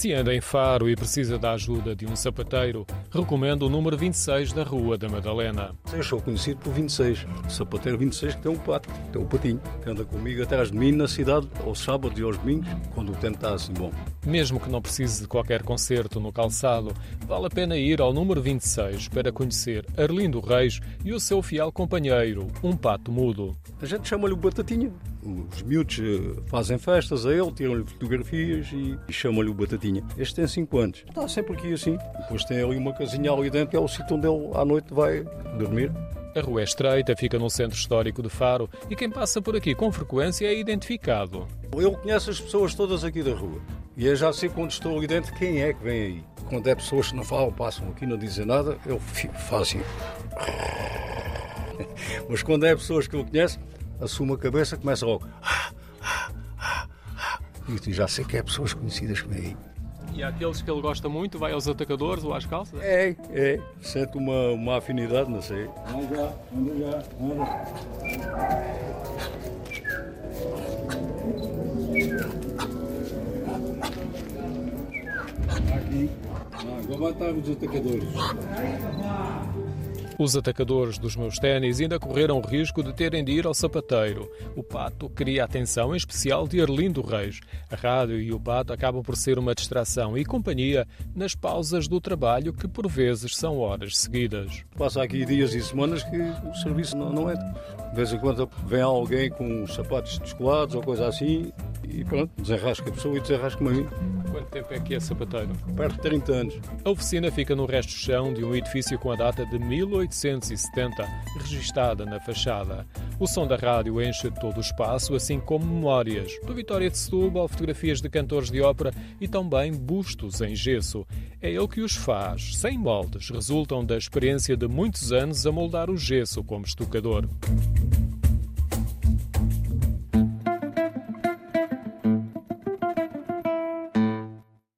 Se anda em Faro e precisa da ajuda de um sapateiro, recomendo o número 26 da Rua da Madalena. Eu sou conhecido por 26, o sapateiro 26 que tem um pato, tem um patinho, que anda comigo atrás de mim na cidade, aos sábados e aos domingos, quando o tempo está assim bom. Mesmo que não precise de qualquer concerto no calçado, vale a pena ir ao número 26 para conhecer Arlindo Reis e o seu fiel companheiro, um pato mudo. A gente chama-lhe o Batatinha. Os miúdos fazem festas a ele, tiram-lhe fotografias e chamam-lhe o Batatinha. Este tem 5 anos. Está sempre aqui assim. Depois tem ali uma casinha ali dentro, que é o sítio onde ele à noite vai dormir. A rua é estreita, fica no centro histórico de Faro e quem passa por aqui com frequência é identificado. Ele conhece as pessoas todas aqui da rua. E eu já sei quando estou ali dentro quem é que vem aí. Quando é pessoas que não falam, passam aqui, não dizem nada, ele faz assim. Mas quando é pessoas que ele conhece, assume a cabeça, começa logo. E já sei que é pessoas conhecidas que vêm aí. E há aqueles que ele gosta muito, vai aos atacadores ou às calças? É. Sente uma afinidade, não sei. Anda já. Aqui. Agora vai estar os atacadores. Os atacadores dos meus ténis ainda correram o risco de terem de ir ao sapateiro. O pato queria a atenção em especial de Arlindo Reis. A rádio e o pato acabam por ser uma distração e companhia nas pausas do trabalho, que por vezes são horas seguidas. Passa aqui dias e semanas que o serviço não entra. De vez em quando vem alguém com os sapatos descolados ou coisa assim e pronto, desenrasca a pessoa e desenrasca-me a mim. Quanto tempo é que é sapateiro? Perto de 30 anos. A oficina fica no resto do chão de um edifício com a data de 1870, registada na fachada. O som da rádio enche todo o espaço, assim como memórias do Vitória de Setúbal, fotografias de cantores de ópera e também bustos em gesso. É ele que os faz, sem moldes, resultam da experiência de muitos anos a moldar o gesso como estucador.